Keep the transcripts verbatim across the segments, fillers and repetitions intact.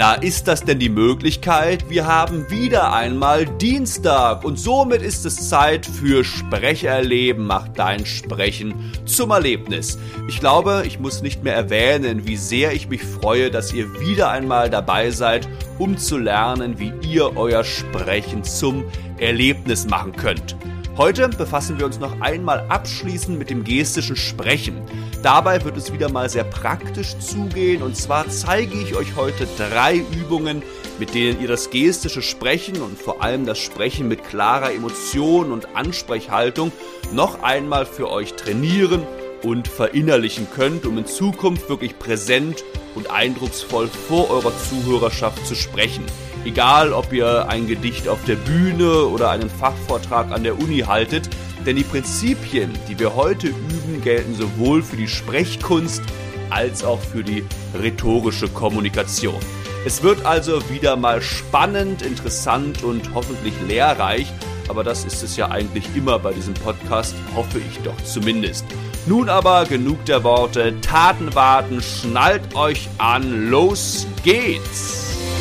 Na, ist das denn die Möglichkeit? Wir haben wieder einmal Dienstag und somit ist es Zeit für Sprecherleben. Mach dein Sprechen zum Erlebnis. Ich glaube, ich muss nicht mehr erwähnen, wie sehr ich mich freue, dass ihr wieder einmal dabei seid, um zu lernen, wie ihr euer Sprechen zum Erlebnis machen könnt. Heute befassen wir uns noch einmal abschließend mit dem gestischen Sprechen. Dabei wird es wieder mal sehr praktisch zugehen und zwar zeige ich euch heute drei Übungen, mit denen ihr das gestische Sprechen und vor allem das Sprechen mit klarer Emotion und Ansprechhaltung noch einmal für euch trainieren und verinnerlichen könnt, um in Zukunft wirklich präsent und eindrucksvoll vor eurer Zuhörerschaft zu sprechen. Egal, ob ihr ein Gedicht auf der Bühne oder einen Fachvortrag an der Uni haltet, denn die Prinzipien, die wir heute üben, gelten sowohl für die Sprechkunst als auch für die rhetorische Kommunikation. Es wird also wieder mal spannend, interessant und hoffentlich lehrreich, aber das ist es ja eigentlich immer bei diesem Podcast, hoffe ich doch zumindest. Nun aber genug der Worte, Taten warten, schnallt euch an, los geht's!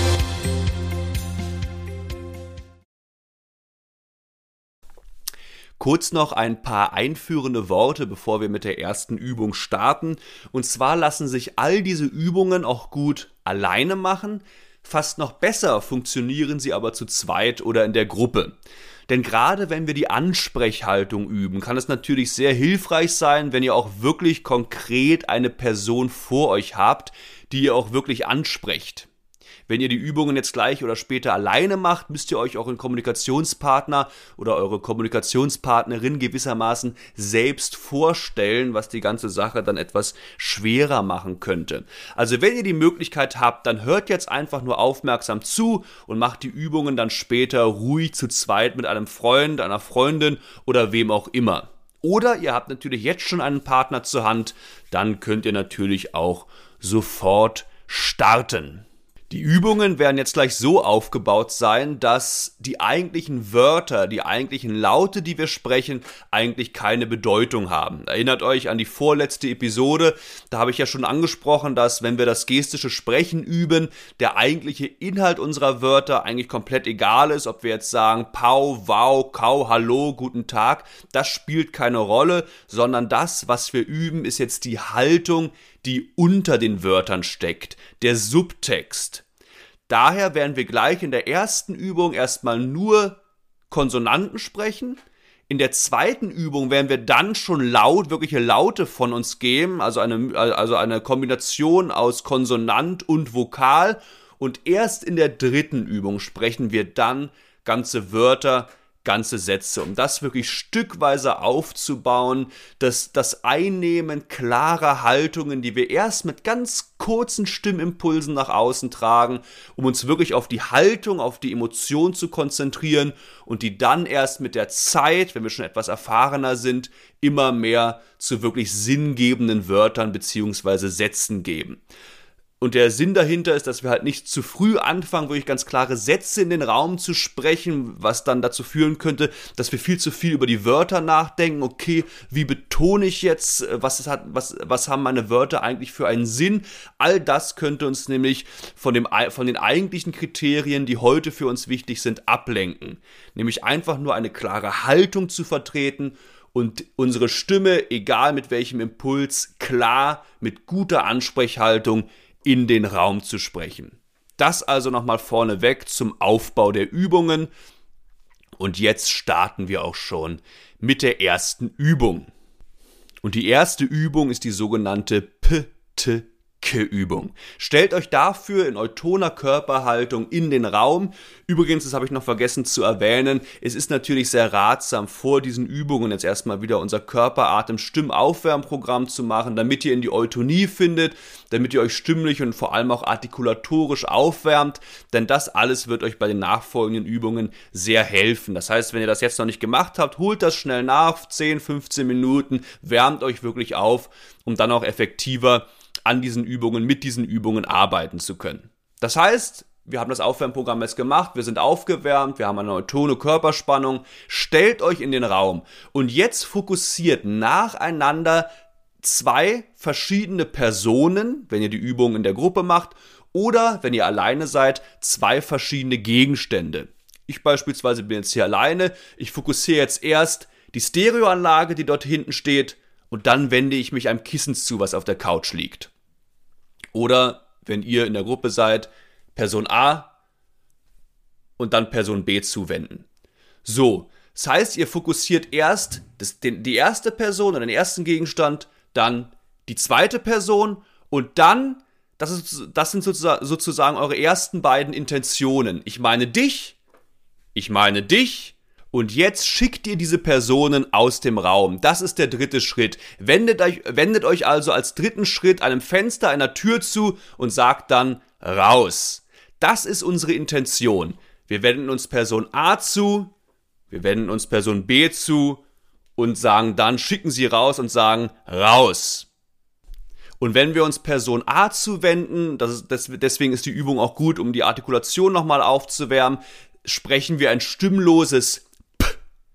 Kurz noch ein paar einführende Worte, bevor wir mit der ersten Übung starten. Und zwar lassen sich all diese Übungen auch gut alleine machen. Fast noch besser funktionieren sie aber zu zweit oder in der Gruppe. Denn gerade wenn wir die Ansprechhaltung üben, kann es natürlich sehr hilfreich sein, wenn ihr auch wirklich konkret eine Person vor euch habt, die ihr auch wirklich ansprecht. Wenn ihr die Übungen jetzt gleich oder später alleine macht, müsst ihr euch euren Kommunikationspartner oder eure Kommunikationspartnerin gewissermaßen selbst vorstellen, was die ganze Sache dann etwas schwerer machen könnte. Also wenn ihr die Möglichkeit habt, dann hört jetzt einfach nur aufmerksam zu und macht die Übungen dann später ruhig zu zweit mit einem Freund, einer Freundin oder wem auch immer. Oder ihr habt natürlich jetzt schon einen Partner zur Hand, dann könnt ihr natürlich auch sofort starten. Die Übungen werden jetzt gleich so aufgebaut sein, dass die eigentlichen Wörter, die eigentlichen Laute, die wir sprechen, eigentlich keine Bedeutung haben. Erinnert euch an die vorletzte Episode, da habe ich ja schon angesprochen, dass wenn wir das gestische Sprechen üben, der eigentliche Inhalt unserer Wörter eigentlich komplett egal ist, ob wir jetzt sagen Pau, Wow, Kau, Hallo, Guten Tag, das spielt keine Rolle, sondern das, was wir üben, ist jetzt die Haltung, die unter den Wörtern steckt, der Subtext. Daher werden wir gleich in der ersten Übung erstmal nur Konsonanten sprechen. In der zweiten Übung werden wir dann schon laut, wirkliche Laute von uns geben, also eine, also eine Kombination aus Konsonant und Vokal. Und erst in der dritten Übung sprechen wir dann ganze Wörter, ganze Sätze, um das wirklich stückweise aufzubauen, dass das Einnehmen klarer Haltungen, die wir erst mit ganz kurzen Stimmimpulsen nach außen tragen, um uns wirklich auf die Haltung, auf die Emotion zu konzentrieren und die dann erst mit der Zeit, wenn wir schon etwas erfahrener sind, immer mehr zu wirklich sinngebenden Wörtern bzw. Sätzen geben. Und der Sinn dahinter ist, dass wir halt nicht zu früh anfangen, wirklich ganz klare Sätze in den Raum zu sprechen, was dann dazu führen könnte, dass wir viel zu viel über die Wörter nachdenken. Okay, wie betone ich jetzt? Was, ist, was, was haben meine Wörter eigentlich für einen Sinn? All das könnte uns nämlich von, dem, von den eigentlichen Kriterien, die heute für uns wichtig sind, ablenken. Nämlich einfach nur eine klare Haltung zu vertreten und unsere Stimme, egal mit welchem Impuls, klar, mit guter Ansprechhaltung in den Raum zu sprechen. Das also nochmal vorneweg zum Aufbau der Übungen. Und jetzt starten wir auch schon mit der ersten Übung. Und die erste Übung ist die sogenannte P-T-K-Übung. Stellt euch dafür in eutoner Körperhaltung in den Raum. Übrigens, das habe ich noch vergessen zu erwähnen, es ist natürlich sehr ratsam, vor diesen Übungen jetzt erstmal wieder unser Körperatem-Stimmaufwärmprogramm zu machen, damit ihr in die Eutonie findet, damit ihr euch stimmlich und vor allem auch artikulatorisch aufwärmt, denn das alles wird euch bei den nachfolgenden Übungen sehr helfen. Das heißt, wenn ihr das jetzt noch nicht gemacht habt, holt das schnell nach, zehn, fünfzehn Minuten, wärmt euch wirklich auf, um dann auch effektiver an diesen Übungen, mit diesen Übungen arbeiten zu können. Das heißt, wir haben das Aufwärmprogramm jetzt gemacht, wir sind aufgewärmt, wir haben eine neutone Körperspannung. Stellt euch in den Raum und jetzt fokussiert nacheinander zwei verschiedene Personen, wenn ihr die Übung in der Gruppe macht, oder wenn ihr alleine seid, zwei verschiedene Gegenstände. Ich beispielsweise bin jetzt hier alleine, ich fokussiere jetzt erst die Stereoanlage, die dort hinten steht, und dann wende ich mich einem Kissen zu, was auf der Couch liegt. Oder wenn ihr in der Gruppe seid, Person A und dann Person B zuwenden. So, das heißt, ihr fokussiert erst das, den, die erste Person oder den ersten Gegenstand, dann die zweite Person und dann, das, ist, das sind sozusagen, sozusagen eure ersten beiden Intentionen. Ich meine dich, ich meine dich und jetzt schickt ihr diese Personen aus dem Raum. Das ist der dritte Schritt. Wendet euch, wendet euch also als dritten Schritt einem Fenster, einer Tür zu und sagt dann raus. Das ist unsere Intention. Wir wenden uns Person A zu, wir wenden uns Person B zu und sagen dann, schicken sie raus und sagen raus. Und wenn wir uns Person A zuwenden, das ist, das, deswegen ist die Übung auch gut, um die Artikulation nochmal aufzuwärmen, sprechen wir ein stimmloses P.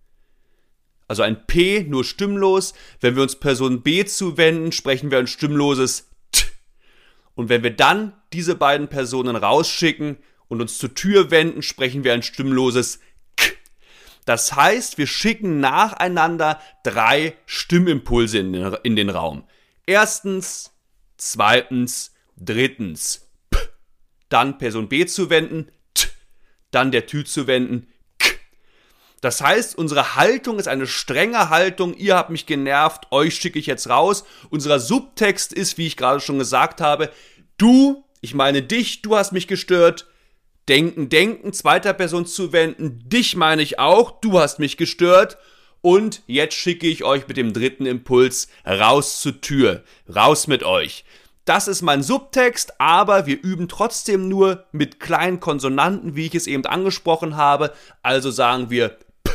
Also ein P, nur stimmlos. Wenn wir uns Person B zuwenden, sprechen wir ein stimmloses T. Und wenn wir dann diese beiden Personen rausschicken und uns zur Tür wenden, sprechen wir ein stimmloses K. Das heißt, wir schicken nacheinander drei Stimmimpulse in den, in den Raum. Erstens, zweitens, drittens. P. Dann Person B zuwenden, T. Dann der Tür zuwenden, K. Das heißt, unsere Haltung ist eine strenge Haltung. Ihr habt mich genervt, euch schicke ich jetzt raus. Unser Subtext ist, wie ich gerade schon gesagt habe, du, ich meine dich, du hast mich gestört. Denken, denken, zweiter Person zuwenden, dich meine ich auch, du hast mich gestört. Und jetzt schicke ich euch mit dem dritten Impuls raus zur Tür, raus mit euch. Das ist mein Subtext, aber wir üben trotzdem nur mit kleinen Konsonanten, wie ich es eben angesprochen habe. Also sagen wir P,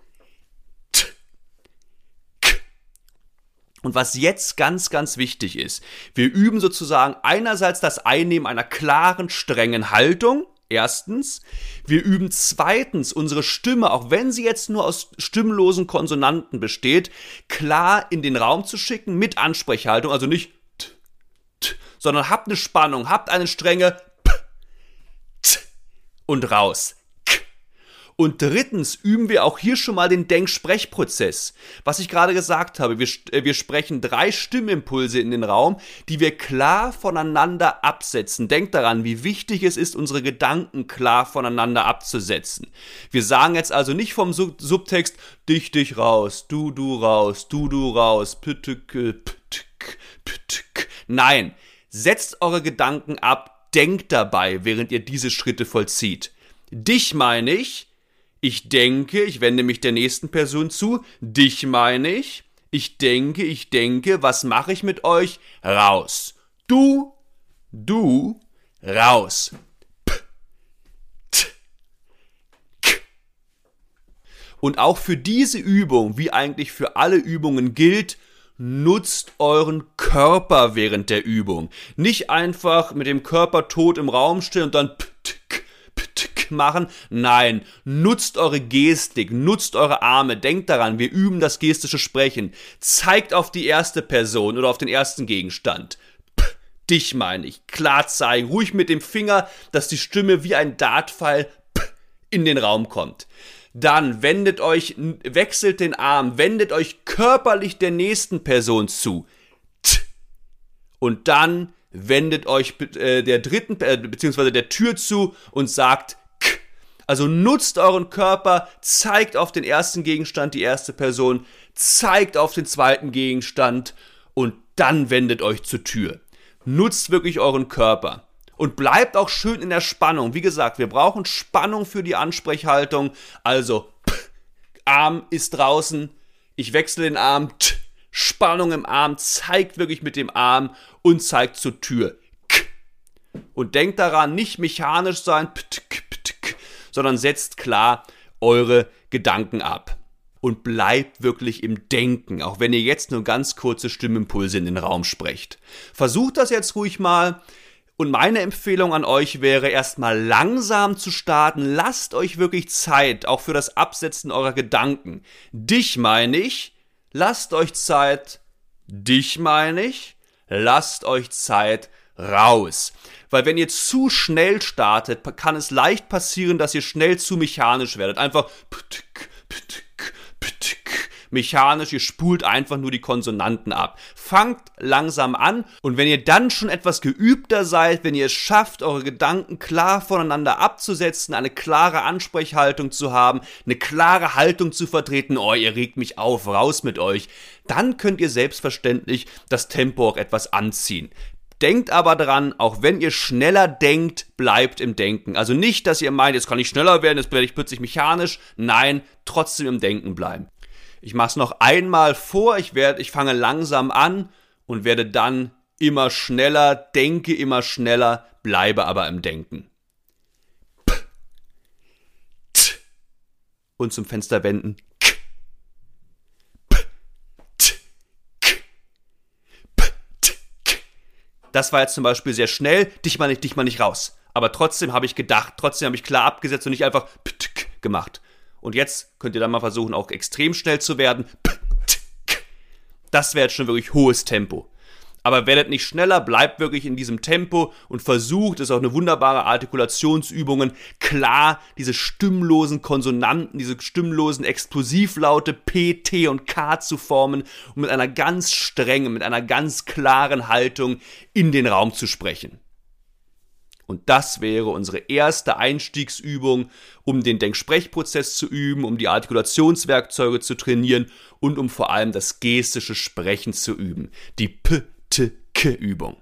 T, K. Und was jetzt ganz, ganz wichtig ist, wir üben sozusagen einerseits das Einnehmen einer klaren, strengen Haltung. Erstens, wir üben zweitens unsere Stimme, auch wenn sie jetzt nur aus stimmlosen Konsonanten besteht, klar in den Raum zu schicken mit Ansprechhaltung, also nicht t, t, sondern habt eine Spannung, habt eine Strenge p, t und raus. K. Und drittens üben wir auch hier schon mal den Denk-Sprech-Prozess. Was ich gerade gesagt habe, wir, wir sprechen drei Stimmimpulse in den Raum, die wir klar voneinander absetzen. Denkt daran, wie wichtig es ist, unsere Gedanken klar voneinander abzusetzen. Wir sagen jetzt also nicht vom Sub- Subtext, dich, dich raus, du, du raus, du, du raus, pütük, pütük, pütük. Nein, setzt eure Gedanken ab, denkt dabei, während ihr diese Schritte vollzieht. Dich meine ich, ich denke, ich wende mich der nächsten Person zu. Dich meine ich. Ich denke, ich denke, was mache ich mit euch? Raus. Du, du, raus. P, t, k. Und auch für diese Übung, wie eigentlich für alle Übungen gilt, nutzt euren Körper während der Übung. Nicht einfach mit dem Körper tot im Raum stehen und dann p, t, k, p, t, k machen. Nein, nutzt eure Gestik, nutzt eure Arme. Denkt daran, wir üben das gestische Sprechen. Zeigt auf die erste Person oder auf den ersten Gegenstand. P, dich meine ich. Klar zeigen, ruhig mit dem Finger, dass die Stimme wie ein Dartpfeil p, in den Raum kommt. Dann wendet euch, wechselt den Arm, wendet euch körperlich der nächsten Person zu. T. Und dann wendet euch äh, der dritten, äh, beziehungsweise der Tür zu und sagt K. Also nutzt euren Körper, zeigt auf den ersten Gegenstand die erste Person, zeigt auf den zweiten Gegenstand und dann wendet euch zur Tür. Nutzt wirklich euren Körper. Und bleibt auch schön in der Spannung. Wie gesagt, wir brauchen Spannung für die Ansprechhaltung. Also, p, Arm ist draußen, ich wechsle den Arm, t, Spannung im Arm, zeigt wirklich mit dem Arm und zeigt zur Tür. K. Und denkt daran, nicht mechanisch sein, p, t, k, p, t, k, sondern setzt klar eure Gedanken ab. Und bleibt wirklich im Denken, auch wenn ihr jetzt nur ganz kurze Stimmimpulse in den Raum sprecht. Versucht das jetzt ruhig mal. Und meine Empfehlung an euch wäre, erstmal langsam zu starten. Lasst euch wirklich Zeit, auch für das Absetzen eurer Gedanken. Dich meine ich, lasst euch Zeit. dich meine ich, lasst euch Zeit, raus. Weil wenn ihr zu schnell startet, kann es leicht passieren, dass ihr schnell zu mechanisch werdet. Einfach ptk, ptk, ptk, mechanisch, ihr spult einfach nur die Konsonanten ab. Fangt langsam an und wenn ihr dann schon etwas geübter seid, wenn ihr es schafft, eure Gedanken klar voneinander abzusetzen, eine klare Ansprechhaltung zu haben, eine klare Haltung zu vertreten, oh, ihr regt mich auf, raus mit euch, dann könnt ihr selbstverständlich das Tempo auch etwas anziehen. Denkt aber dran, auch wenn ihr schneller denkt, bleibt im Denken. Also nicht, dass ihr meint, jetzt kann ich schneller werden, jetzt werde ich plötzlich mechanisch. Nein, trotzdem im Denken bleiben. Ich mache es noch einmal vor, ich, werde, ich fange langsam an und werde dann immer schneller, denke immer schneller, bleibe aber im Denken. P, t, und zum Fenster wenden. K, p, t, k, p, t, k. Das war jetzt zum Beispiel sehr schnell, dich mal nicht, dich mal nicht raus. Aber trotzdem habe ich gedacht, trotzdem habe ich klar abgesetzt und nicht einfach p, t, k gemacht. Und jetzt könnt ihr dann mal versuchen, auch extrem schnell zu werden. Das wäre jetzt schon wirklich hohes Tempo. Aber werdet nicht schneller, bleibt wirklich in diesem Tempo und versucht, das ist auch eine wunderbare Artikulationsübung, klar diese stimmlosen Konsonanten, diese stimmlosen Explosivlaute P, T und K zu formen und mit einer ganz strengen, mit einer ganz klaren Haltung in den Raum zu sprechen. Und das wäre unsere erste Einstiegsübung, um den Denksprechprozess zu üben, um die Artikulationswerkzeuge zu trainieren und um vor allem das gestische Sprechen zu üben. Die P-T-K-Übung.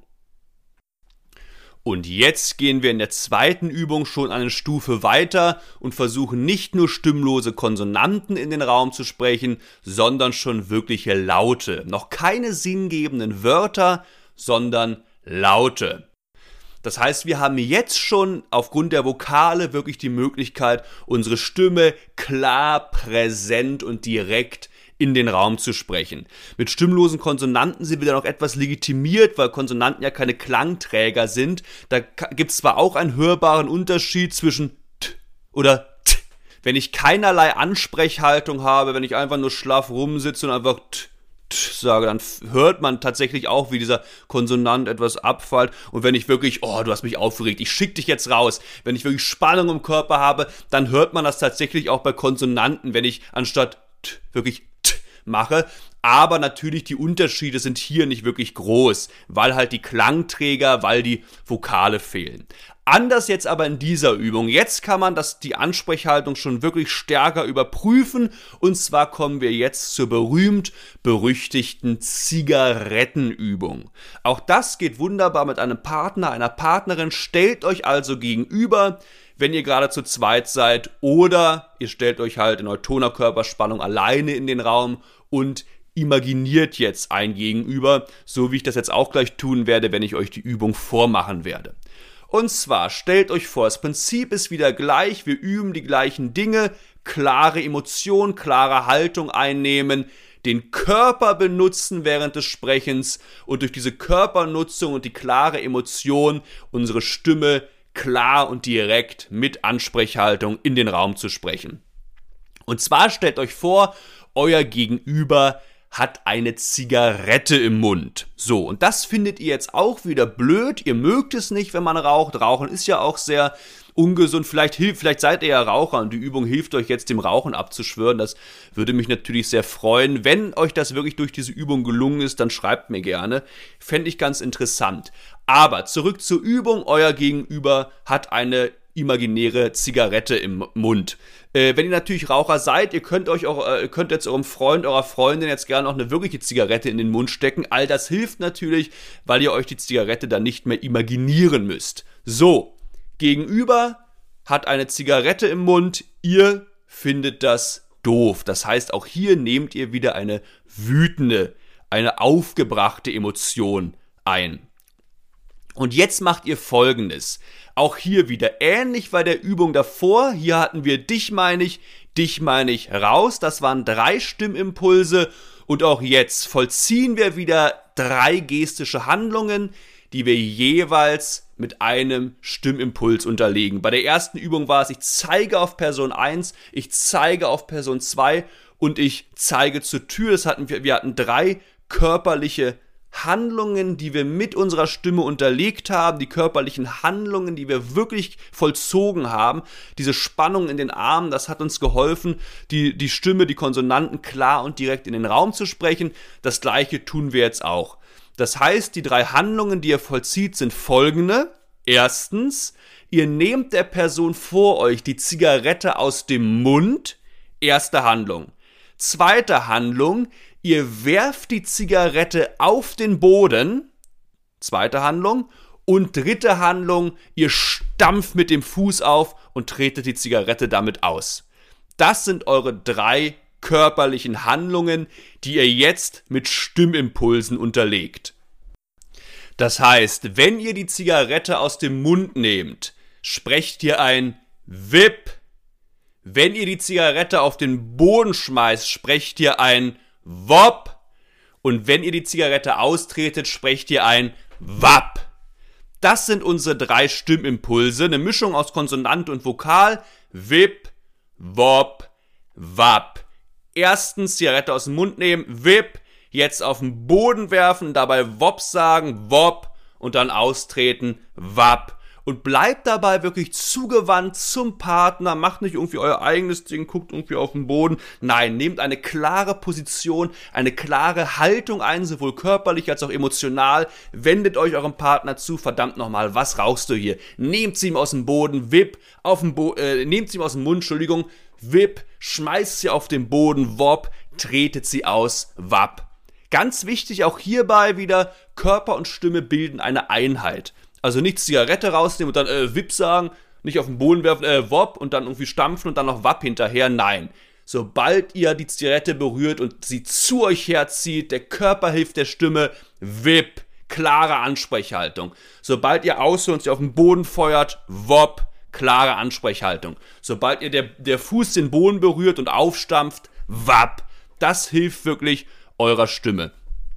Und jetzt gehen wir in der zweiten Übung schon eine Stufe weiter und versuchen nicht nur stimmlose Konsonanten in den Raum zu sprechen, sondern schon wirkliche Laute. Noch keine sinngebenden Wörter, sondern Laute. Das heißt, wir haben jetzt schon aufgrund der Vokale wirklich die Möglichkeit, unsere Stimme klar, präsent und direkt in den Raum zu sprechen. Mit stimmlosen Konsonanten sind wir dann auch etwas legitimiert, weil Konsonanten ja keine Klangträger sind. Da gibt es zwar auch einen hörbaren Unterschied zwischen t oder t. Wenn ich keinerlei Ansprechhaltung habe, wenn ich einfach nur schlaff rumsitze und einfach t sage, dann hört man tatsächlich auch, wie dieser Konsonant etwas abfällt. Und wenn ich wirklich, oh, du hast mich aufgeregt, ich schick dich jetzt raus, wenn ich wirklich Spannung im Körper habe, dann hört man das tatsächlich auch bei Konsonanten, wenn ich anstatt t wirklich t mache. Aber natürlich, die Unterschiede sind hier nicht wirklich groß, weil halt die Klangträger, weil die Vokale fehlen. Anders jetzt aber in dieser Übung. Jetzt kann man das, die Ansprechhaltung schon wirklich stärker überprüfen. Und zwar kommen wir jetzt zur berühmt-berüchtigten Zigarettenübung. Auch das geht wunderbar mit einem Partner, einer Partnerin. Stellt euch also gegenüber, wenn ihr gerade zu zweit seid, oder ihr stellt euch halt in eutoner Körperspannung alleine in den Raum und imaginiert jetzt ein Gegenüber, so wie ich das jetzt auch gleich tun werde, wenn ich euch die Übung vormachen werde. Und zwar, stellt euch vor, das Prinzip ist wieder gleich, wir üben die gleichen Dinge, klare Emotion, klare Haltung einnehmen, den Körper benutzen während des Sprechens und durch diese Körpernutzung und die klare Emotion unsere Stimme klar und direkt mit Ansprechhaltung in den Raum zu sprechen. Und zwar stellt euch vor, euer Gegenüber hat eine Zigarette im Mund. So, und das findet ihr jetzt auch wieder blöd. Ihr mögt es nicht, wenn man raucht. Rauchen ist ja auch sehr ungesund. Vielleicht, hilft, vielleicht seid ihr ja Raucher und die Übung hilft euch jetzt, dem Rauchen abzuschwören. Das würde mich natürlich sehr freuen. Wenn euch das wirklich durch diese Übung gelungen ist, dann schreibt mir gerne. Fände ich ganz interessant. Aber zurück zur Übung. Euer Gegenüber hat eine imaginäre Zigarette im Mund. Äh, wenn ihr natürlich Raucher seid, ihr könnt euch auch, äh, könnt jetzt eurem Freund, eurer Freundin jetzt gerne auch eine wirkliche Zigarette in den Mund stecken. All das hilft natürlich, weil ihr euch die Zigarette dann nicht mehr imaginieren müsst. So, Gegenüber hat eine Zigarette im Mund, ihr findet das doof. Das heißt, auch hier nehmt ihr wieder eine wütende, eine aufgebrachte Emotion ein. Und jetzt macht ihr Folgendes. Auch hier wieder ähnlich bei der Übung davor. Hier hatten wir dich meine ich, dich meine ich raus. Das waren drei Stimmimpulse. Und auch jetzt vollziehen wir wieder drei gestische Handlungen, die wir jeweils mit einem Stimmimpuls unterlegen. Bei der ersten Übung war es, ich zeige auf Person eins, ich zeige auf Person zwei und ich zeige zur Tür. Das hatten wir, wir hatten drei körperliche Handlungen, die wir mit unserer Stimme unterlegt haben, die körperlichen Handlungen, die wir wirklich vollzogen haben, diese Spannung in den Armen, das hat uns geholfen, die, die Stimme, die Konsonanten klar und direkt in den Raum zu sprechen. Das Gleiche tun wir jetzt auch. Das heißt, die drei Handlungen, die ihr vollzieht, sind folgende. Erstens, ihr nehmt der Person vor euch die Zigarette aus dem Mund. Erste Handlung. Zweite Handlung, ihr werft die Zigarette auf den Boden. Zweite Handlung. Und dritte Handlung, ihr stampft mit dem Fuß auf und tretet die Zigarette damit aus. Das sind eure drei körperlichen Handlungen, die ihr jetzt mit Stimmimpulsen unterlegt. Das heißt, wenn ihr die Zigarette aus dem Mund nehmt, sprecht ihr ein Wipp. Wenn ihr die Zigarette auf den Boden schmeißt, sprecht ihr ein Wopp. Und wenn ihr die Zigarette austretet, sprecht ihr ein Wapp. Das sind unsere drei Stimmimpulse, eine Mischung aus Konsonant und Vokal. Wipp, Wopp, Wapp. Erstens Zigarette aus dem Mund nehmen, Wipp, jetzt auf den Boden werfen, dabei Wopp sagen, Wopp und dann austreten, Wapp. Und bleibt dabei wirklich zugewandt zum Partner, macht nicht irgendwie euer eigenes Ding, guckt irgendwie auf den Boden. Nein, nehmt eine klare Position, eine klare Haltung ein, sowohl körperlich als auch emotional. Wendet euch eurem Partner zu, verdammt nochmal, was rauchst du hier? Nehmt sie ihm aus dem Boden, Wipp, auf den Bo- äh, nehmt sie ihm aus dem Mund, Entschuldigung, Wipp, schmeißt sie auf den Boden, Wopp, tretet sie aus, Wapp. Ganz wichtig auch hierbei wieder, Körper und Stimme bilden eine Einheit. Also nicht Zigarette rausnehmen und dann äh, Wipp sagen, nicht auf den Boden werfen, äh, Wopp und dann irgendwie stampfen und dann noch Wapp hinterher. Nein, sobald ihr die Zigarette berührt und sie zu euch herzieht, der Körper hilft der Stimme, Wipp, klare Ansprechhaltung. Sobald ihr aushört und sie auf den Boden feuert, Wopp, klare Ansprechhaltung. Sobald ihr der, der Fuß den Boden berührt und aufstampft, Wapp. Das hilft wirklich eurer Stimme.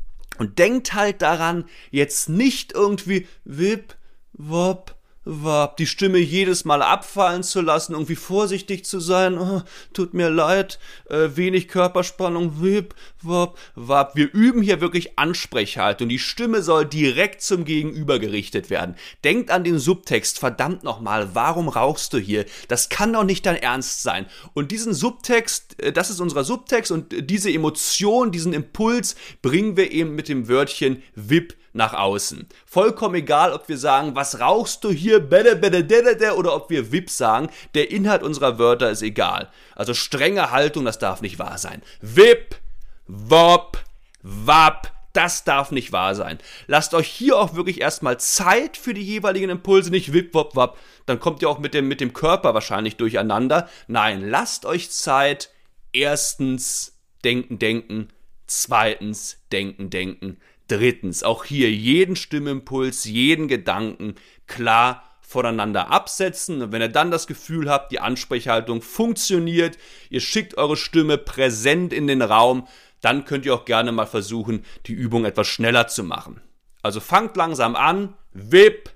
Und denkt halt daran, jetzt nicht irgendwie Wipp, Wopp, Wapp, die Stimme jedes Mal abfallen zu lassen, irgendwie vorsichtig zu sein, oh, tut mir leid, äh, wenig Körperspannung, Wipp, Wopp, Wapp. Wir üben hier wirklich Ansprechhaltung. Die Stimme soll direkt zum Gegenüber gerichtet werden. Denkt an den Subtext, verdammt nochmal, warum rauchst du hier? Das kann doch nicht dein Ernst sein. Und diesen Subtext, äh, das ist unser Subtext und diese Emotion, diesen Impuls bringen wir eben mit dem Wörtchen Wipp nach außen. Vollkommen egal, ob wir sagen, was rauchst du hier, oder ob wir Wipp sagen, der Inhalt unserer Wörter ist egal. Also strenge Haltung, das darf nicht wahr sein. Wipp, Wopp, Wapp, das darf nicht wahr sein. Lasst euch hier auch wirklich erstmal Zeit für die jeweiligen Impulse, nicht Wipp, Wopp, Wapp, dann kommt ihr auch mit dem, mit dem Körper wahrscheinlich durcheinander. Nein, lasst euch Zeit. Erstens, denken, denken. Zweitens, denken, denken. Drittens, auch hier jeden Stimmimpuls, jeden Gedanken klar voneinander absetzen. Und wenn ihr dann das Gefühl habt, die Ansprechhaltung funktioniert, ihr schickt eure Stimme präsent in den Raum, dann könnt ihr auch gerne mal versuchen, die Übung etwas schneller zu machen. Also fangt langsam an, Wipp,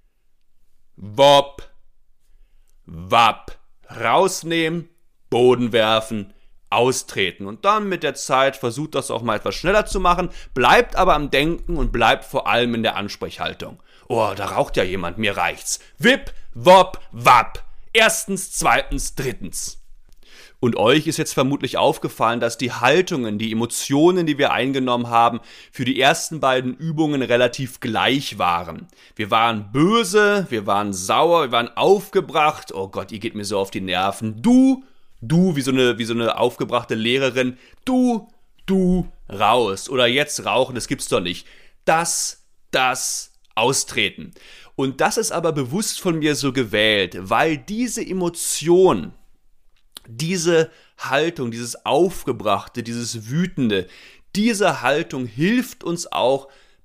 Wopp, Wapp, rausnehmen, Boden werfen, austreten und dann mit der Zeit versucht das auch mal etwas schneller zu machen, bleibt aber am Denken und bleibt vor allem in der Ansprechhaltung. Oh, da raucht ja jemand, mir reicht's. Wipp, Wopp, Wapp. Erstens, zweitens, drittens. Und euch ist jetzt vermutlich aufgefallen, dass die Haltungen, die Emotionen, die wir eingenommen haben, für die ersten beiden Übungen relativ gleich waren. Wir waren böse, wir waren sauer, wir waren aufgebracht. Oh Gott, ihr geht mir so auf die Nerven. Du Du, wie so eine, wie so eine aufgebrachte Lehrerin, du, du, raus. Oder jetzt rauchen, das gibt's doch nicht. Das, das, austreten. Und das ist aber bewusst von mir so gewählt, weil diese Emotion, diese Haltung, dieses Aufgebrachte, dieses Wütende, diese Haltung hilft uns auch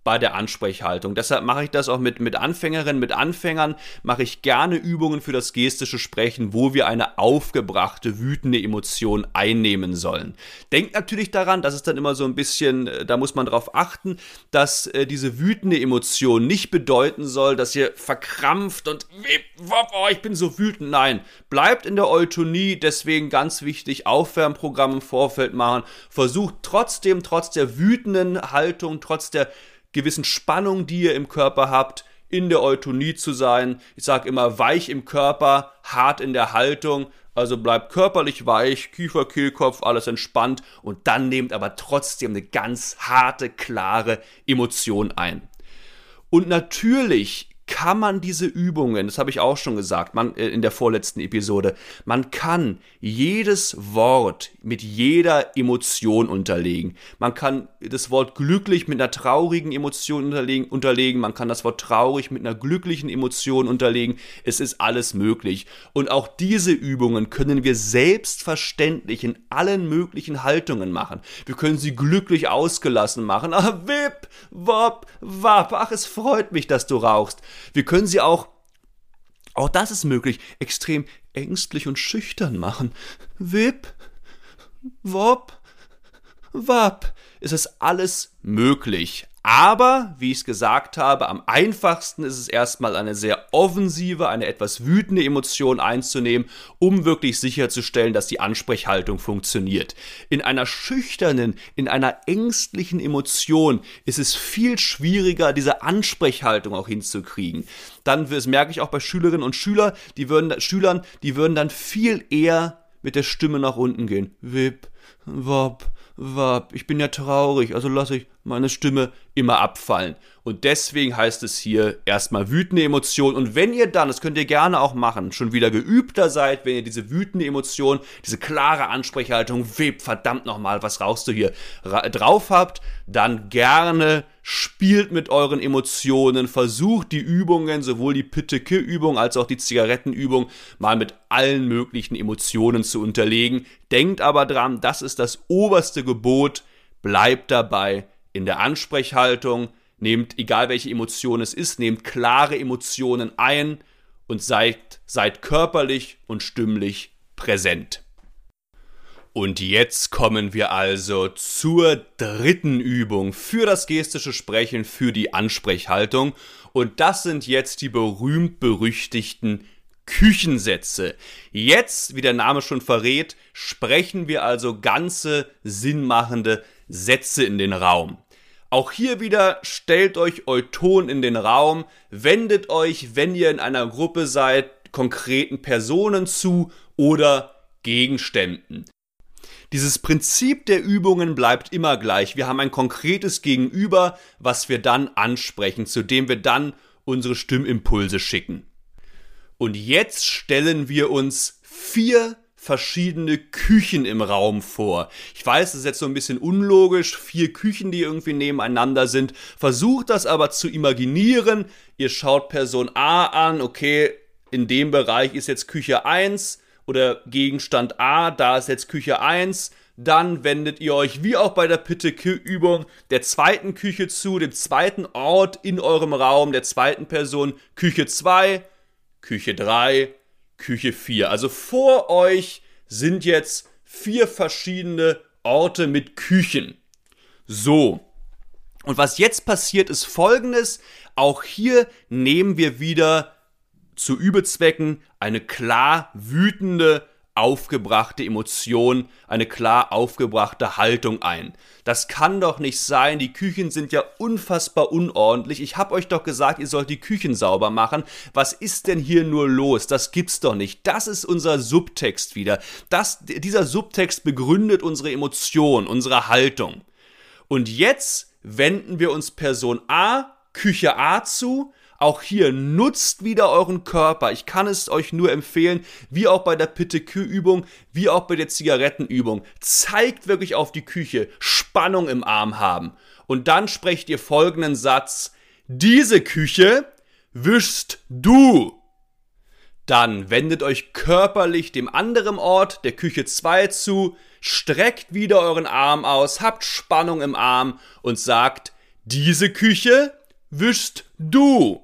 bei der Ansprechhaltung. Deshalb mache ich das auch mit, mit Anfängerinnen, mit Anfängern, mache ich gerne Übungen für das gestische Sprechen, wo wir eine aufgebrachte, wütende Emotion einnehmen sollen. Denkt natürlich daran, dass es dann immer so ein bisschen, da muss man drauf achten, dass äh, diese wütende Emotion nicht bedeuten soll, dass ihr verkrampft und oh, ich bin so wütend. Nein, bleibt in der Eutonie, deswegen ganz wichtig, Aufwärmprogramm im Vorfeld machen. Versucht trotzdem, trotz der wütenden Haltung, trotz der gewissen Spannung, die ihr im Körper habt, in der Eutonie zu sein. Ich sage immer, weich im Körper, hart in der Haltung. Also bleibt körperlich weich, Kiefer, Kehlkopf, alles entspannt und dann nehmt aber trotzdem eine ganz harte, klare Emotion ein. Und natürlich kann man diese Übungen, das habe ich auch schon gesagt, man, in der vorletzten Episode, man kann jedes Wort mit jeder Emotion unterlegen. Man kann das Wort glücklich mit einer traurigen Emotion unterlegen, unterlegen. Man kann das Wort traurig mit einer glücklichen Emotion unterlegen. Es ist alles möglich. Und auch diese Übungen können wir selbstverständlich in allen möglichen Haltungen machen. Wir können sie glücklich ausgelassen machen. Ah, wip, wop, wap. Ach, es freut mich, dass du rauchst. Wir können sie auch, auch das ist möglich, extrem ängstlich und schüchtern machen. Wip, wop, wap. Es ist alles möglich. Aber, wie ich es gesagt habe, am einfachsten ist es erstmal eine sehr offensive, eine etwas wütende Emotion einzunehmen, um wirklich sicherzustellen, dass die Ansprechhaltung funktioniert. In einer schüchternen, in einer ängstlichen Emotion ist es viel schwieriger, diese Ansprechhaltung auch hinzukriegen. Dann, das merke ich auch bei Schülerinnen und Schülern, die würden, Schülern, die würden dann viel eher mit der Stimme nach unten gehen. Wip, wop, wap. Ich bin ja traurig, also lasse ich meine Stimme immer abfallen. Und deswegen heißt es hier erstmal wütende Emotion. Und wenn ihr dann, das könnt ihr gerne auch machen, schon wieder geübter seid, wenn ihr diese wütende Emotion, diese klare Ansprechhaltung, web, verdammt nochmal, was rauchst du hier, ra- drauf habt, dann gerne spielt mit euren Emotionen, versucht die Übungen, sowohl die Pitte-Ki-Übung als auch die Zigarettenübung, mal mit allen möglichen Emotionen zu unterlegen. Denkt aber dran, das ist das oberste Gebot, bleibt dabei in der Ansprechhaltung, nehmt, egal welche Emotion es ist, nehmt klare Emotionen ein und seid, seid körperlich und stimmlich präsent. Und jetzt kommen wir also zur dritten Übung für das gestische Sprechen, für die Ansprechhaltung. Und das sind jetzt die berühmt-berüchtigten Küchensätze. Jetzt, wie der Name schon verrät, sprechen wir also ganze, sinnmachende Sätze in den Raum. Auch hier wieder, stellt euch Euton in den Raum, wendet euch, wenn ihr in einer Gruppe seid, konkreten Personen zu oder Gegenständen. Dieses Prinzip der Übungen bleibt immer gleich. Wir haben ein konkretes Gegenüber, was wir dann ansprechen, zu dem wir dann unsere Stimmimpulse schicken. Und jetzt stellen wir uns vier verschiedene Küchen im Raum vor. Ich weiß, das ist jetzt so ein bisschen unlogisch, vier Küchen, die irgendwie nebeneinander sind. Versucht das aber zu imaginieren. Ihr schaut Person A an, okay, in dem Bereich ist jetzt Küche eins oder Gegenstand A, da ist jetzt Küche eins. Dann wendet ihr euch, wie auch bei der Pitte-Ki-Übung, der zweiten Küche zu, dem zweiten Ort in eurem Raum, der zweiten Person, Küche zwei, Küche drei, Küche vier. Also vor euch sind jetzt vier verschiedene Orte mit Küchen. So. Und was jetzt passiert, ist Folgendes. Auch hier nehmen wir wieder zu Übezwecken eine klar wütende, aufgebrachte Emotion, eine klar aufgebrachte Haltung ein. Das kann doch nicht sein, die Küchen sind ja unfassbar unordentlich. Ich habe euch doch gesagt, ihr sollt die Küchen sauber machen. Was ist denn hier nur los? Das gibt's doch nicht. Das ist unser Subtext wieder. Das, dieser Subtext begründet unsere Emotion, unsere Haltung. Und jetzt wenden wir uns Person A, Küche A zu. Auch hier nutzt wieder euren Körper. Ich kann es euch nur empfehlen, wie auch bei der Pitte-Ki-Übung, wie auch bei der Zigarettenübung. Zeigt wirklich auf die Küche, Spannung im Arm haben. Und dann sprecht ihr folgenden Satz: Diese Küche wischst du. Dann wendet euch körperlich dem anderen Ort, der Küche zwei, zu, streckt wieder euren Arm aus, habt Spannung im Arm und sagt: Diese Küche wischst du.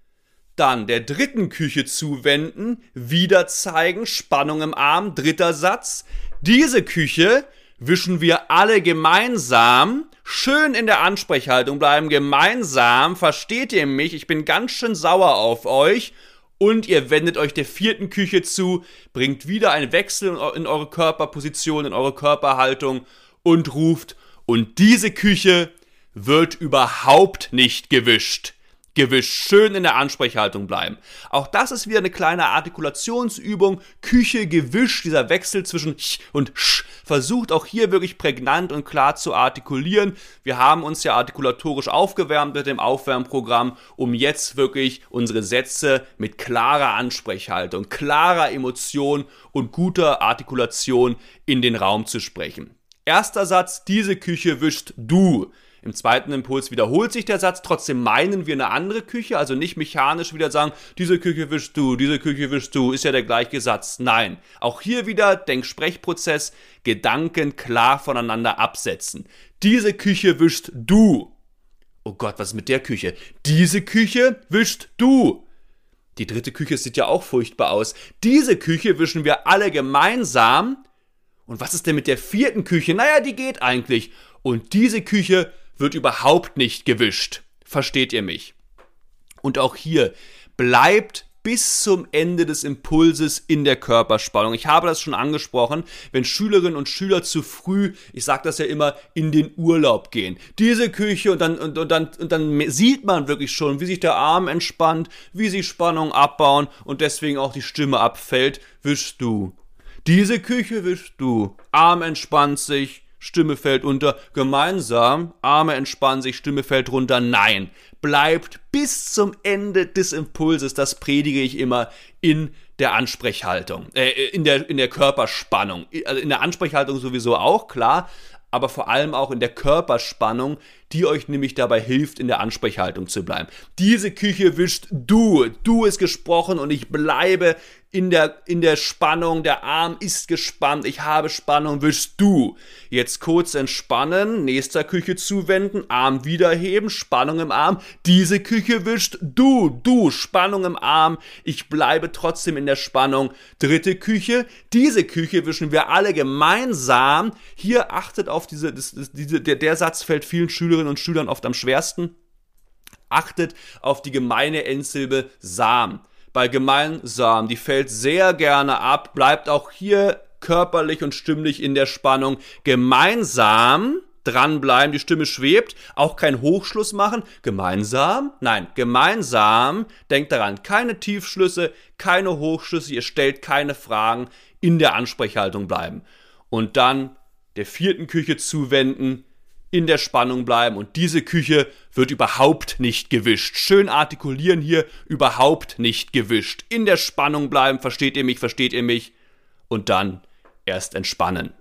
Dann der dritten Küche zuwenden, wieder zeigen, Spannung im Arm, dritter Satz. Diese Küche wischen wir alle gemeinsam, schön in der Ansprechhaltung bleiben, gemeinsam, versteht ihr mich? Ich bin ganz schön sauer auf euch. Und ihr wendet euch der vierten Küche zu, bringt wieder einen Wechsel in eure Körperposition, in eure Körperhaltung und ruft, und diese Küche wird überhaupt nicht gewischt. Gewischt, schön in der Ansprechhaltung bleiben. Auch das ist wieder eine kleine Artikulationsübung. Küche, gewischt, dieser Wechsel zwischen ch und sch. Versucht auch hier wirklich prägnant und klar zu artikulieren. Wir haben uns ja artikulatorisch aufgewärmt mit dem Aufwärmprogramm, um jetzt wirklich unsere Sätze mit klarer Ansprechhaltung, klarer Emotion und guter Artikulation in den Raum zu sprechen. Erster Satz, diese Küche wischt du. Im zweiten Impuls wiederholt sich der Satz, trotzdem meinen wir eine andere Küche, also nicht mechanisch wieder sagen, diese Küche wischst du, diese Küche wischst du, ist ja der gleiche Satz. Nein, auch hier wieder Denk-Sprechprozess, Gedanken klar voneinander absetzen. Diese Küche wischst du. Oh Gott, was ist mit der Küche? Diese Küche wischst du. Die dritte Küche sieht ja auch furchtbar aus. Diese Küche wischen wir alle gemeinsam. Und was ist denn mit der vierten Küche? Naja, die geht eigentlich. Und diese Küche wird überhaupt nicht gewischt. Versteht ihr mich? Und auch hier bleibt bis zum Ende des Impulses in der Körperspannung. Ich habe das schon angesprochen, wenn Schülerinnen und Schüler zu früh, ich sage das ja immer, in den Urlaub gehen. Diese Küche und dann, und, und, dann, und dann sieht man wirklich schon, wie sich der Arm entspannt, wie sie Spannung abbauen und deswegen auch die Stimme abfällt. Wischst du. Diese Küche wischst du. Arm entspannt sich. Stimme fällt unter, gemeinsam, Arme entspannen sich, Stimme fällt runter, nein, bleibt bis zum Ende des Impulses, das predige ich immer, in der Ansprechhaltung, äh, in der, in der Körperspannung, also in der Ansprechhaltung sowieso auch, klar, aber vor allem auch in der Körperspannung, die euch nämlich dabei hilft, in der Ansprechhaltung zu bleiben. Diese Küche wischt du, du ist gesprochen und ich bleibe in der, in der Spannung, der Arm ist gespannt, ich habe Spannung, wischst du. Jetzt kurz entspannen, nächster Küche zuwenden, Arm wiederheben, Spannung im Arm, diese Küche wischt du, du, Spannung im Arm, ich bleibe trotzdem in der Spannung. Dritte Küche, diese Küche wischen wir alle gemeinsam. Hier achtet auf diese, das, das, diese der, der Satz fällt vielen Schülerinnen und Schülern oft am schwersten. Achtet auf die gemeine Endsilbe Sam. Bei gemeinsam, die fällt sehr gerne ab, bleibt auch hier körperlich und stimmlich in der Spannung. Gemeinsam dranbleiben, die Stimme schwebt, auch kein Hochschluss machen. Gemeinsam, nein, gemeinsam, denkt daran, keine Tiefschlüsse, keine Hochschlüsse, ihr stellt keine Fragen, in der Ansprechhaltung bleiben. Und dann der vierten Küche zuwenden, in der Spannung bleiben und diese Küche wird überhaupt nicht gewischt. Schön artikulieren hier, überhaupt nicht gewischt. In der Spannung bleiben, versteht ihr mich, versteht ihr mich und dann erst entspannen.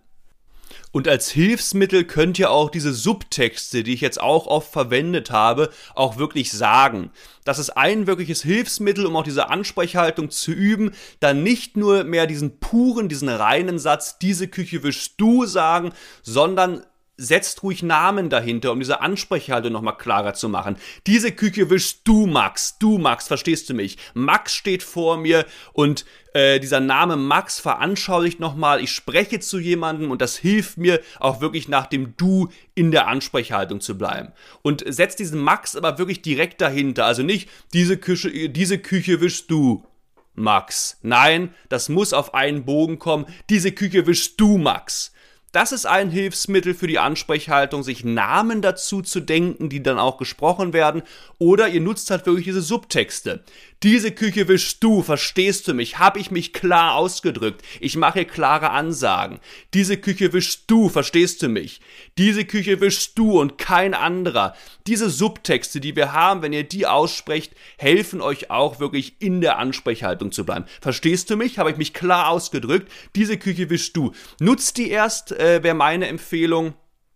Und als Hilfsmittel könnt ihr auch diese Subtexte, die ich jetzt auch oft verwendet habe, auch wirklich sagen. Das ist ein wirkliches Hilfsmittel, um auch diese Ansprechhaltung zu üben, dann nicht nur mehr diesen puren, diesen reinen Satz, diese Küche wischst du sagen, sondern setzt ruhig Namen dahinter, um diese Ansprechhaltung nochmal klarer zu machen. Diese Küche wischst du, Max. Du, Max, verstehst du mich? Max steht vor mir und äh, dieser Name Max veranschaulicht nochmal, ich spreche zu jemandem und das hilft mir auch wirklich nach dem Du in der Ansprechhaltung zu bleiben. Und setzt diesen Max aber wirklich direkt dahinter. Also nicht, diese Küche, diese Küche wischst du, Max. Nein, das muss auf einen Bogen kommen. Diese Küche wischst du, Max. Das ist ein Hilfsmittel für die Ansprechhaltung, sich Namen dazu zu denken, die dann auch gesprochen werden. Oder ihr nutzt halt wirklich diese Subtexte. Diese Küche wischst du, verstehst du mich? Habe ich mich klar ausgedrückt? Ich mache klare Ansagen. Diese Küche wischst du, verstehst du mich? Diese Küche wischst du und kein anderer. Diese Subtexte, die wir haben, wenn ihr die aussprecht, helfen euch auch wirklich in der Ansprechhaltung zu bleiben. Verstehst du mich? Habe ich mich klar ausgedrückt? Diese Küche wischst du. Nutzt die erst, äh, wäre meine Empfehlung.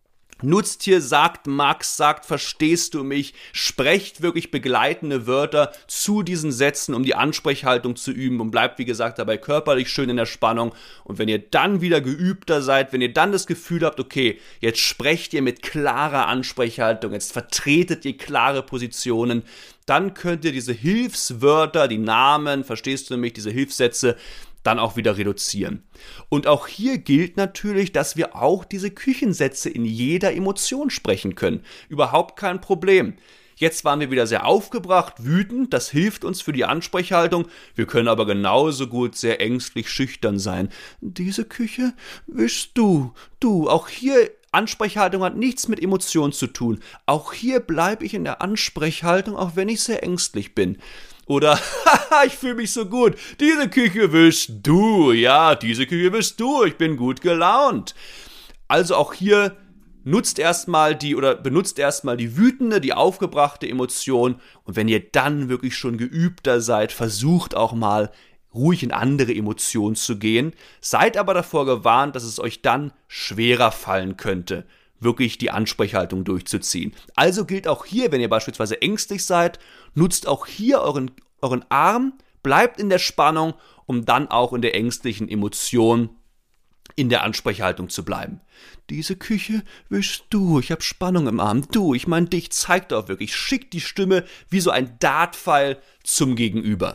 Nutzt hier sagt Max, sagt verstehst du mich, sprecht wirklich begleitende Wörter zu diesen Sätzen, um die Ansprechhaltung zu üben und bleibt wie gesagt dabei körperlich schön in der Spannung. Und wenn ihr dann wieder geübter seid, wenn ihr dann das Gefühl habt, okay, jetzt sprecht ihr mit klarer Ansprechhaltung, jetzt vertretet ihr klare Positionen, dann könnt ihr diese Hilfswörter, die Namen, verstehst du mich, diese Hilfssätze, dann auch wieder reduzieren. Und auch hier gilt natürlich, dass wir auch diese Küchensätze in jeder Emotion sprechen können. Überhaupt kein Problem. Jetzt waren wir wieder sehr aufgebracht, wütend, das hilft uns für die Ansprechhaltung. Wir können aber genauso gut sehr ängstlich, schüchtern sein. Diese Küche wischst du, du. Auch hier, Ansprechhaltung hat nichts mit Emotionen zu tun. Auch hier bleibe ich in der Ansprechhaltung, auch wenn ich sehr ängstlich bin. Oder, haha, ich fühle mich so gut, diese Küche wischst du, ja, diese Küche wischst du, ich bin gut gelaunt. Also auch hier nutzt erstmal die oder benutzt erstmal die wütende, die aufgebrachte Emotion und wenn ihr dann wirklich schon geübter seid, versucht auch mal ruhig in andere Emotionen zu gehen, seid aber davor gewarnt, dass es euch dann schwerer fallen könnte, wirklich die Ansprechhaltung durchzuziehen. Also gilt auch hier, wenn ihr beispielsweise ängstlich seid, nutzt auch hier euren, euren Arm, bleibt in der Spannung, um dann auch in der ängstlichen Emotion in der Ansprechhaltung zu bleiben. Diese Küche wischst du, ich habe Spannung im Arm, du, ich meine dich, zeigt auch wirklich, schickt die Stimme wie so ein Dartpfeil zum Gegenüber.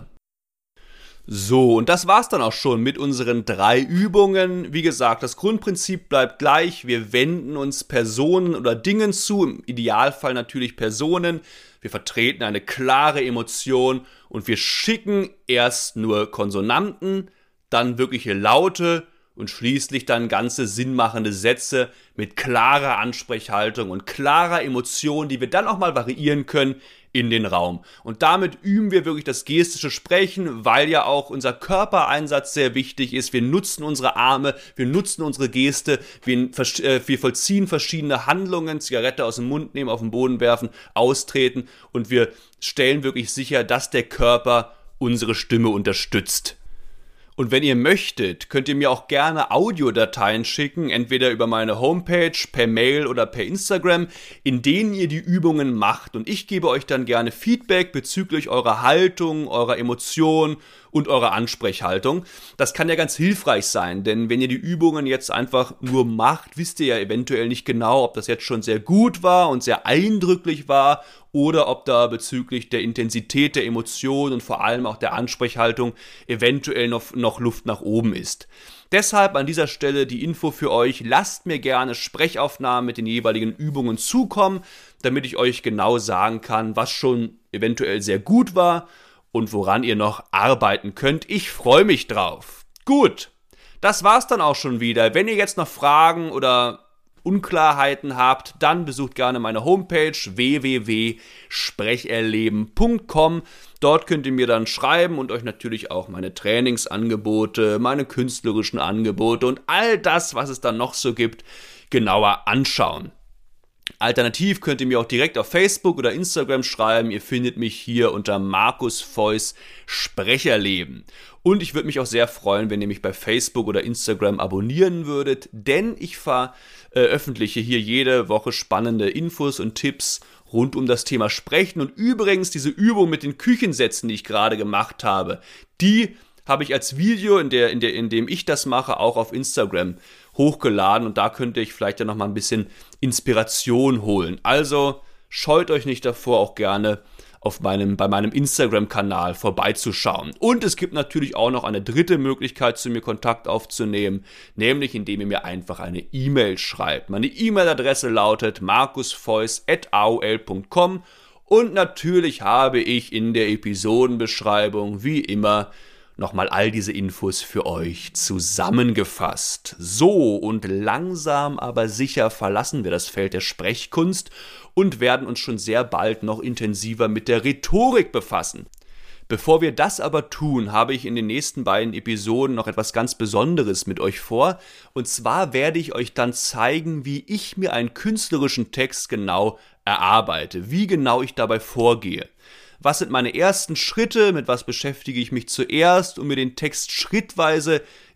So, und das war's dann auch schon mit unseren drei Übungen. Wie gesagt, das Grundprinzip bleibt gleich. Wir wenden uns Personen oder Dingen zu, im Idealfall natürlich Personen. Wir vertreten eine klare Emotion und wir schicken erst nur Konsonanten, dann wirkliche Laute und schließlich dann ganze sinnmachende Sätze mit klarer Ansprechhaltung und klarer Emotion, die wir dann auch mal variieren können in den Raum. Und damit üben wir wirklich das gestische Sprechen, weil ja auch unser Körpereinsatz sehr wichtig ist. Wir nutzen unsere Arme, wir nutzen unsere Geste, wir, äh, wir vollziehen verschiedene Handlungen, Zigarette aus dem Mund nehmen, auf den Boden werfen, austreten und wir stellen wirklich sicher, dass der Körper unsere Stimme unterstützt. Und wenn ihr möchtet, könnt ihr mir auch gerne Audiodateien schicken, entweder über meine Homepage, per Mail oder per Instagram, in denen ihr die Übungen macht. Und ich gebe euch dann gerne Feedback bezüglich eurer Haltung, eurer Emotion und eurer Ansprechhaltung. Das kann ja ganz hilfreich sein, denn wenn ihr die Übungen jetzt einfach nur macht, wisst ihr ja eventuell nicht genau, ob das jetzt schon sehr gut war und sehr eindrücklich war oder ob da bezüglich der Intensität der Emotionen und vor allem auch der Ansprechhaltung eventuell noch, noch Luft nach oben ist. Deshalb an dieser Stelle die Info für euch, lasst mir gerne Sprechaufnahmen mit den jeweiligen Übungen zukommen, damit ich euch genau sagen kann, was schon eventuell sehr gut war und woran ihr noch arbeiten könnt. Ich freue mich drauf. Gut, das war's dann auch schon wieder. Wenn ihr jetzt noch Fragen oder Unklarheiten habt, dann besucht gerne meine Homepage w w w punkt sprecherleben punkt com. Dort könnt ihr mir dann schreiben und euch natürlich auch meine Trainingsangebote, meine künstlerischen Angebote und all das, was es dann noch so gibt, genauer anschauen. Alternativ könnt ihr mir auch direkt auf Facebook oder Instagram schreiben. Ihr findet mich hier unter Markus Feuß Sprecherleben. Und ich würde mich auch sehr freuen, wenn ihr mich bei Facebook oder Instagram abonnieren würdet, denn ich veröffentliche hier jede Woche spannende Infos und Tipps rund um das Thema Sprechen. Und übrigens diese Übung mit den Küchensätzen, die ich gerade gemacht habe, die habe ich als Video, in, der, in, der, in dem ich das mache, auch auf Instagram hochgeladen. Und da könnt ihr euch vielleicht ja noch mal ein bisschen Inspiration holen. Also scheut euch nicht davor, auch gerne auf meinem, bei meinem Instagram-Kanal vorbeizuschauen. Und es gibt natürlich auch noch eine dritte Möglichkeit, zu mir Kontakt aufzunehmen, nämlich indem ihr mir einfach eine E-Mail schreibt. Meine E-Mail-Adresse lautet markusfeuß at a o l punkt com und natürlich habe ich in der Episodenbeschreibung wie immer nochmal all diese Infos für euch zusammengefasst. So, und langsam aber sicher verlassen wir das Feld der Sprechkunst und werden uns schon sehr bald noch intensiver mit der Rhetorik befassen. Bevor wir das aber tun, habe ich in den nächsten beiden Episoden noch etwas ganz Besonderes mit euch vor. Und zwar werde ich euch dann zeigen, wie ich mir einen künstlerischen Text genau erarbeite, wie genau ich dabei vorgehe. Was sind meine ersten Schritte, mit was beschäftige ich mich zuerst, um mir den Text schrittweise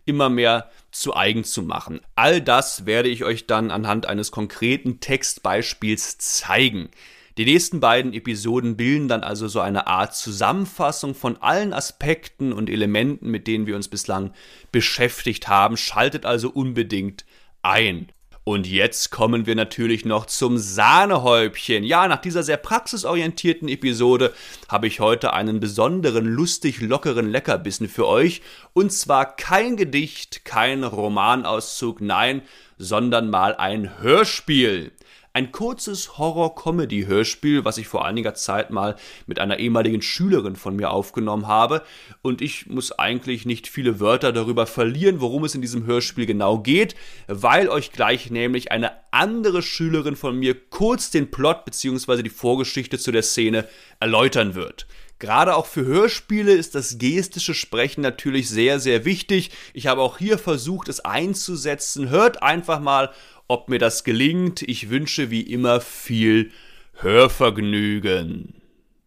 immer mehr zu eigen zu machen. All das werde ich euch dann anhand eines konkreten Textbeispiels zeigen. Die nächsten beiden Episoden bilden dann also so eine Art Zusammenfassung von allen Aspekten und Elementen, mit denen wir uns bislang beschäftigt haben. Schaltet also unbedingt ein. Und jetzt kommen wir natürlich noch zum Sahnehäubchen. Ja, nach dieser sehr praxisorientierten Episode habe ich heute einen besonderen, lustig lockeren Leckerbissen für euch. Und zwar kein Gedicht, kein Romanauszug, nein, sondern mal ein Hörspiel. Ein kurzes Horror-Comedy-Hörspiel, was ich vor einiger Zeit mal mit einer ehemaligen Schülerin von mir aufgenommen habe. Und ich muss eigentlich nicht viele Wörter darüber verlieren, worum es in diesem Hörspiel genau geht, weil euch gleich nämlich eine andere Schülerin von mir kurz den Plot bzw. die Vorgeschichte zu der Szene erläutern wird. Gerade auch für Hörspiele ist das gestische Sprechen natürlich sehr, sehr wichtig. Ich habe auch hier versucht, es einzusetzen. Hört einfach mal, ob mir das gelingt. Ich wünsche wie immer viel Hörvergnügen.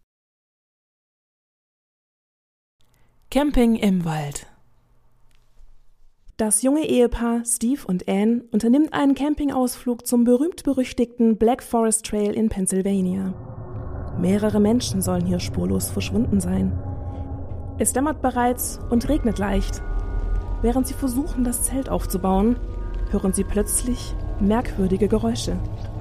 Camping im Wald. Das junge Ehepaar Steve und Anne unternimmt einen Campingausflug zum berühmt-berüchtigten Black Forest Trail in Pennsylvania. Mehrere Menschen sollen hier spurlos verschwunden sein. Es dämmert bereits und regnet leicht. Während sie versuchen, das Zelt aufzubauen, hören sie plötzlich merkwürdige Geräusche.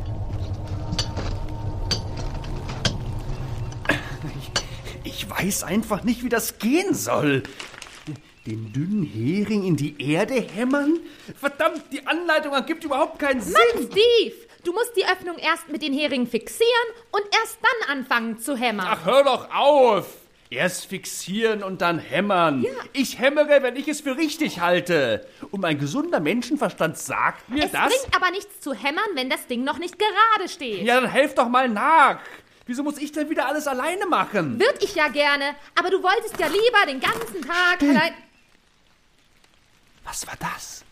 Ich, ich weiß einfach nicht, wie das gehen soll. Den dünnen Hering in die Erde hämmern? Verdammt, die Anleitung ergibt überhaupt keinen Sinn. Mann, Steve, du musst die Öffnung erst mit den Heringen fixieren und erst dann anfangen zu hämmern. Ach, hör doch auf! Erst fixieren und dann hämmern. Ja. Ich hämmere, wenn ich es für richtig halte. Und mein gesunder Menschenverstand sagt mir es das... Es bringt aber nichts zu hämmern, wenn das Ding noch nicht gerade steht. Ja, dann helf doch mal nach. Wieso muss ich denn wieder alles alleine machen? Würd ich ja gerne, aber du wolltest ja lieber den ganzen Tag Hm. allein... Was war das?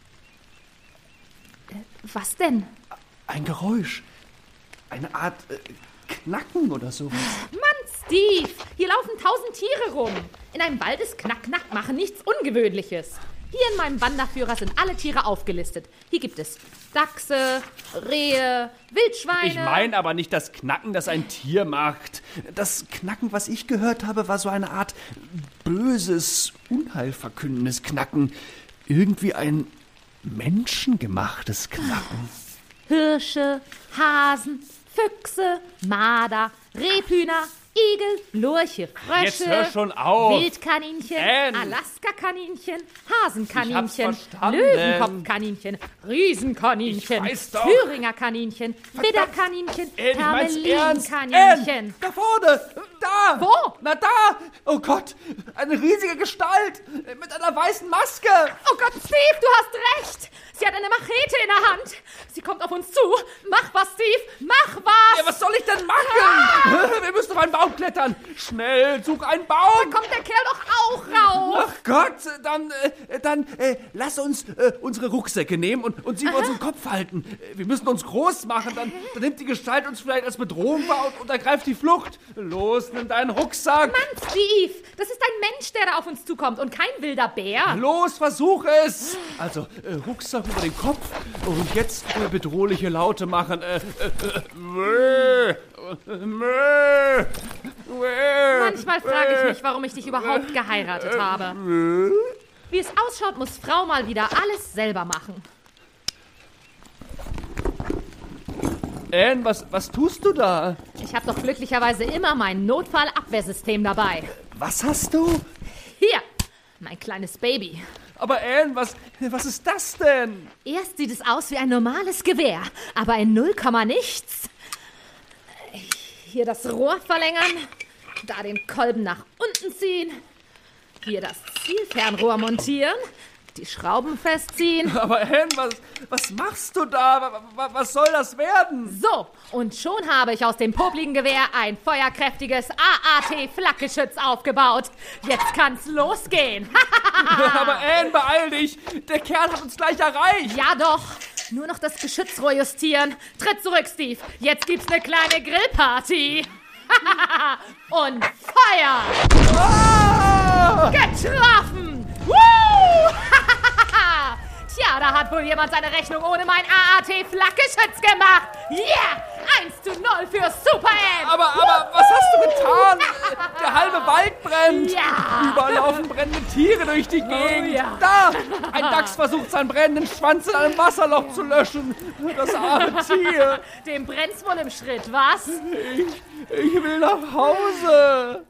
Äh, was denn? Ein Geräusch. Eine Art äh, Knacken oder sowas. Mann, Steve, hier laufen tausend Tiere rum. In einem Wald ist Knack-Knack machen nichts Ungewöhnliches. Hier in meinem Wanderführer sind alle Tiere aufgelistet. Hier gibt es Dachse, Rehe, Wildschweine... Ich meine aber nicht das Knacken, das ein Tier macht. Das Knacken, was ich gehört habe, war so eine Art böses, unheilverkündendes Knacken. Irgendwie ein menschengemachtes Knacken. Hirsche, Hasen, Füchse, Marder, Rebhühner, Igel, Lurche, Frösche, Jetzt hör schon auf. Wildkaninchen, Ann. Alaska-Kaninchen, Hasenkaninchen, Ich hab's verstanden. Löwenkopfkaninchen, Riesenkaninchen, Ich weiß doch. Thüringer Kaninchen, Widderkaninchen, Ann, ich mein's ernst. Termelinkaninchen. Ann, da vorne, da. Wo? Na da. Oh Gott, eine riesige Gestalt mit einer weißen Maske. Oh Gott, Steve, du hast recht. Sie hat eine Machete in der Hand. Sie kommt auf uns zu. Mach was, Steve, mach was. Ja, was soll ich denn machen? Ah. Wir müssen auf einen Baum klettern. Schnell, such einen Baum. Da kommt der Kerl doch auch raus. Ach Gott, dann, äh, dann äh, lass uns äh, unsere Rucksäcke nehmen und, und sie über unseren Kopf halten. Wir müssen uns groß machen, dann, dann nimmt die Gestalt uns vielleicht als Bedrohung wahr und, und ergreift die Flucht. Los, nimm deinen Rucksack. Mann, Steve, das ist ein Mensch, der da auf uns zukommt und kein wilder Bär. Los, versuch es. Also, äh, Rucksack über den Kopf und jetzt äh, bedrohliche Laute machen. Äh, äh, äh, Mö. Manchmal frage ich mich, warum ich dich überhaupt geheiratet habe. Wie es ausschaut, muss Frau mal wieder alles selber machen. Ann, was, was tust du da? Ich habe doch glücklicherweise immer mein Notfallabwehrsystem dabei. Was hast du? Hier, mein kleines Baby. Aber Ann, was, was ist das denn? Erst sieht es aus wie ein normales Gewehr, aber in null Komma nichts. Hier das Rohr verlängern, da den Kolben nach unten ziehen, hier das Zielfernrohr montieren, die Schrauben festziehen. Aber Ann, was, was machst du da? Was, was soll das werden? So, und schon habe ich aus dem popligen Gewehr ein feuerkräftiges A A T-Flakgeschütz aufgebaut. Jetzt kann's losgehen. Aber Ann, beeil dich. Der Kerl hat uns gleich erreicht. Ja doch, nur noch das Geschützrohr justieren. Tritt zurück, Steve. Jetzt gibt's eine kleine Grillparty. Und Feuer! Ah! Getroffen! Woo! wohl jemand seine Rechnung ohne mein A A T-Flakgeschütz gemacht. Yeah! eins zu null für Super N. Aber, aber, was hast du getan? Der halbe Wald brennt. Ja. Überall laufen brennende Tiere durch die Gegend. Oh, ja. Da, ein Dachs versucht, seinen brennenden Schwanz in einem Wasserloch zu löschen. Das arme Tier. Dem brennt's wohl im Schritt, was? Ich, ich will nach Hause.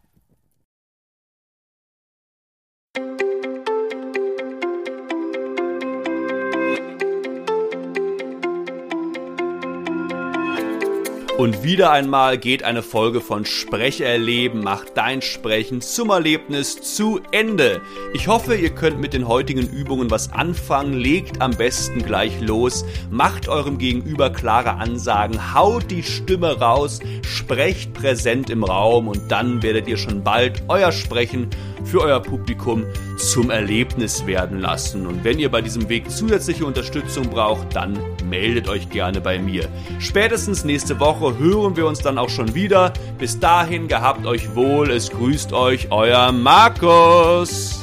Und wieder einmal geht eine Folge von Sprecherleben macht dein Sprechen zum Erlebnis zu Ende. Ich hoffe, ihr könnt mit den heutigen Übungen was anfangen. Legt am besten gleich los. Macht eurem Gegenüber klare Ansagen. Haut die Stimme raus. Sprecht präsent im Raum. Und dann werdet ihr schon bald euer Sprechen für euer Publikum zum Erlebnis werden lassen. Und wenn ihr bei diesem Weg zusätzliche Unterstützung braucht, dann meldet euch gerne bei mir. Spätestens nächste Woche hören wir uns dann auch schon wieder. Bis dahin, gehabt euch wohl, es grüßt euch euer Markus.